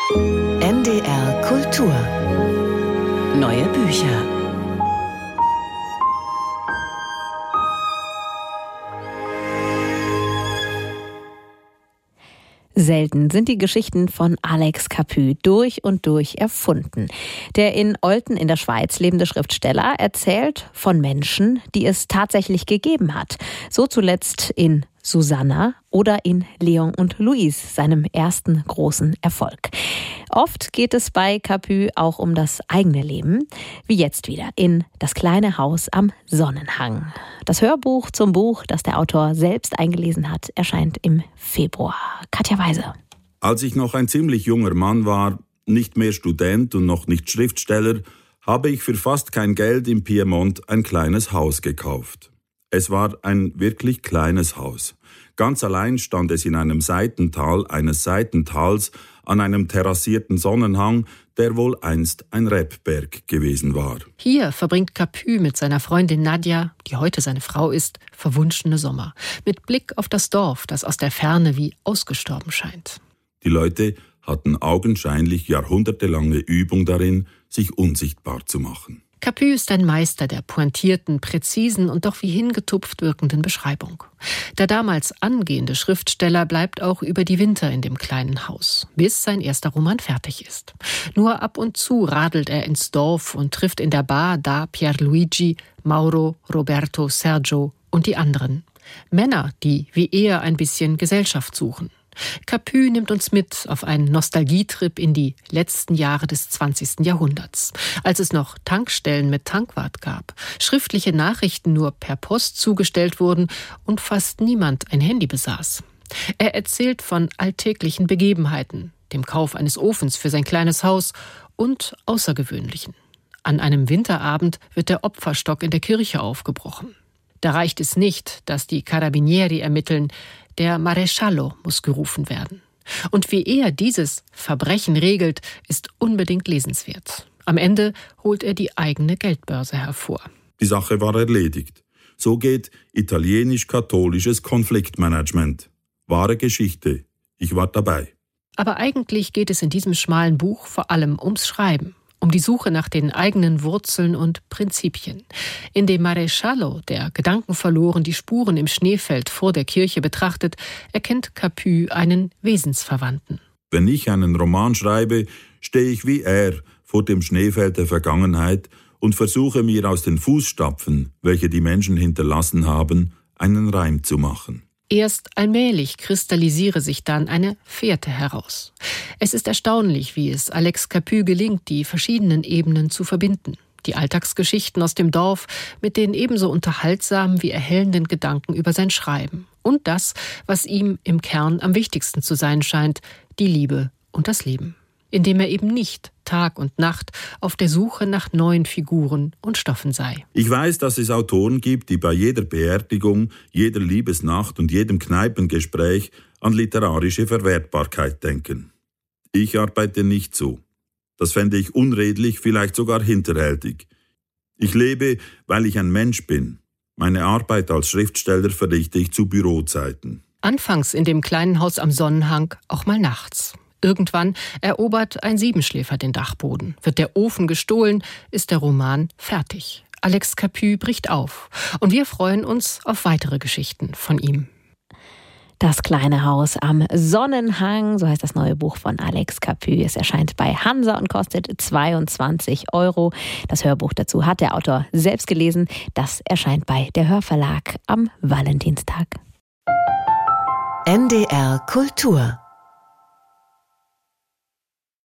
NDR Kultur. Neue Bücher. Selten sind die Geschichten von Alex Capu durch und durch erfunden. Der in Olten in der Schweiz lebende Schriftsteller erzählt von Menschen, die es tatsächlich gegeben hat. So zuletzt in Susanna oder in Leon und Louise, seinem ersten großen Erfolg. Oft geht es bei Capu auch um das eigene Leben, wie jetzt wieder in Das kleine Haus am Sonnenhang. Das Hörbuch zum Buch, das der Autor selbst eingelesen hat, erscheint im Februar. Katja Weise. Als ich noch ein ziemlich junger Mann war, nicht mehr Student und noch nicht Schriftsteller, habe ich für fast kein Geld im Piemont ein kleines Haus gekauft. Es war ein wirklich kleines Haus. Ganz allein stand es in einem Seitental eines Seitentals an einem terrassierten Sonnenhang, der wohl einst ein Rebberg gewesen war. Hier verbringt Capu mit seiner Freundin Nadja, die heute seine Frau ist, verwunschene Sommer. Mit Blick auf das Dorf, das aus der Ferne wie ausgestorben scheint. Die Leute hatten augenscheinlich jahrhundertelange Übung darin, sich unsichtbar zu machen. Capu ist ein Meister der pointierten, präzisen und doch wie hingetupft wirkenden Beschreibung. Der damals angehende Schriftsteller bleibt auch über die Winter in dem kleinen Haus, bis sein erster Roman fertig ist. Nur ab und zu radelt er ins Dorf und trifft in der Bar da Pierluigi, Mauro, Roberto, Sergio und die anderen. Männer, die wie er ein bisschen Gesellschaft suchen. Capu nimmt uns mit auf einen Nostalgietrip in die letzten Jahre des 20. Jahrhunderts, als es noch Tankstellen mit Tankwart gab, schriftliche Nachrichten nur per Post zugestellt wurden und fast niemand ein Handy besaß. Er erzählt von alltäglichen Begebenheiten, dem Kauf eines Ofens für sein kleines Haus und Außergewöhnlichen. An einem Winterabend wird der Opferstock in der Kirche aufgebrochen. Da reicht es nicht, dass die Carabinieri ermitteln, der Maresciallo muss gerufen werden. Und wie er dieses Verbrechen regelt, ist unbedingt lesenswert. Am Ende holt er die eigene Geldbörse hervor. Die Sache war erledigt. So geht italienisch-katholisches Konfliktmanagement. Wahre Geschichte. Ich war dabei. Aber eigentlich geht es in diesem schmalen Buch vor allem ums Schreiben. Um die Suche nach den eigenen Wurzeln und Prinzipien. In dem Maresciallo, der gedankenverloren die Spuren im Schneefeld vor der Kirche betrachtet, erkennt Capu einen Wesensverwandten. Wenn ich einen Roman schreibe, stehe ich wie er vor dem Schneefeld der Vergangenheit und versuche mir aus den Fußstapfen, welche die Menschen hinterlassen haben, einen Reim zu machen. Erst allmählich kristallisiere sich dann eine Fährte heraus. Es ist erstaunlich, wie es Alex Capu gelingt, die verschiedenen Ebenen zu verbinden. Die Alltagsgeschichten aus dem Dorf mit den ebenso unterhaltsamen wie erhellenden Gedanken über sein Schreiben. Und das, was ihm im Kern am wichtigsten zu sein scheint, die Liebe und das Leben. Indem er eben nicht Tag und Nacht auf der Suche nach neuen Figuren und Stoffen sei. Ich weiß, dass es Autoren gibt, die bei jeder Beerdigung, jeder Liebesnacht und jedem Kneipengespräch an literarische Verwertbarkeit denken. Ich arbeite nicht so. Das fände ich unredlich, vielleicht sogar hinterhältig. Ich lebe, weil ich ein Mensch bin. Meine Arbeit als Schriftsteller verrichte ich zu Bürozeiten. Anfangs in dem kleinen Haus am Sonnenhang auch mal nachts. Irgendwann erobert ein Siebenschläfer den Dachboden. Wird der Ofen gestohlen, ist der Roman fertig. Alex Capu bricht auf. Und wir freuen uns auf weitere Geschichten von ihm. Das kleine Haus am Sonnenhang, so heißt das neue Buch von Alex Capu. Es erscheint bei Hansa und kostet 22 €. Das Hörbuch dazu hat der Autor selbst gelesen. Das erscheint bei der Hörverlag am Valentinstag. NDR Kultur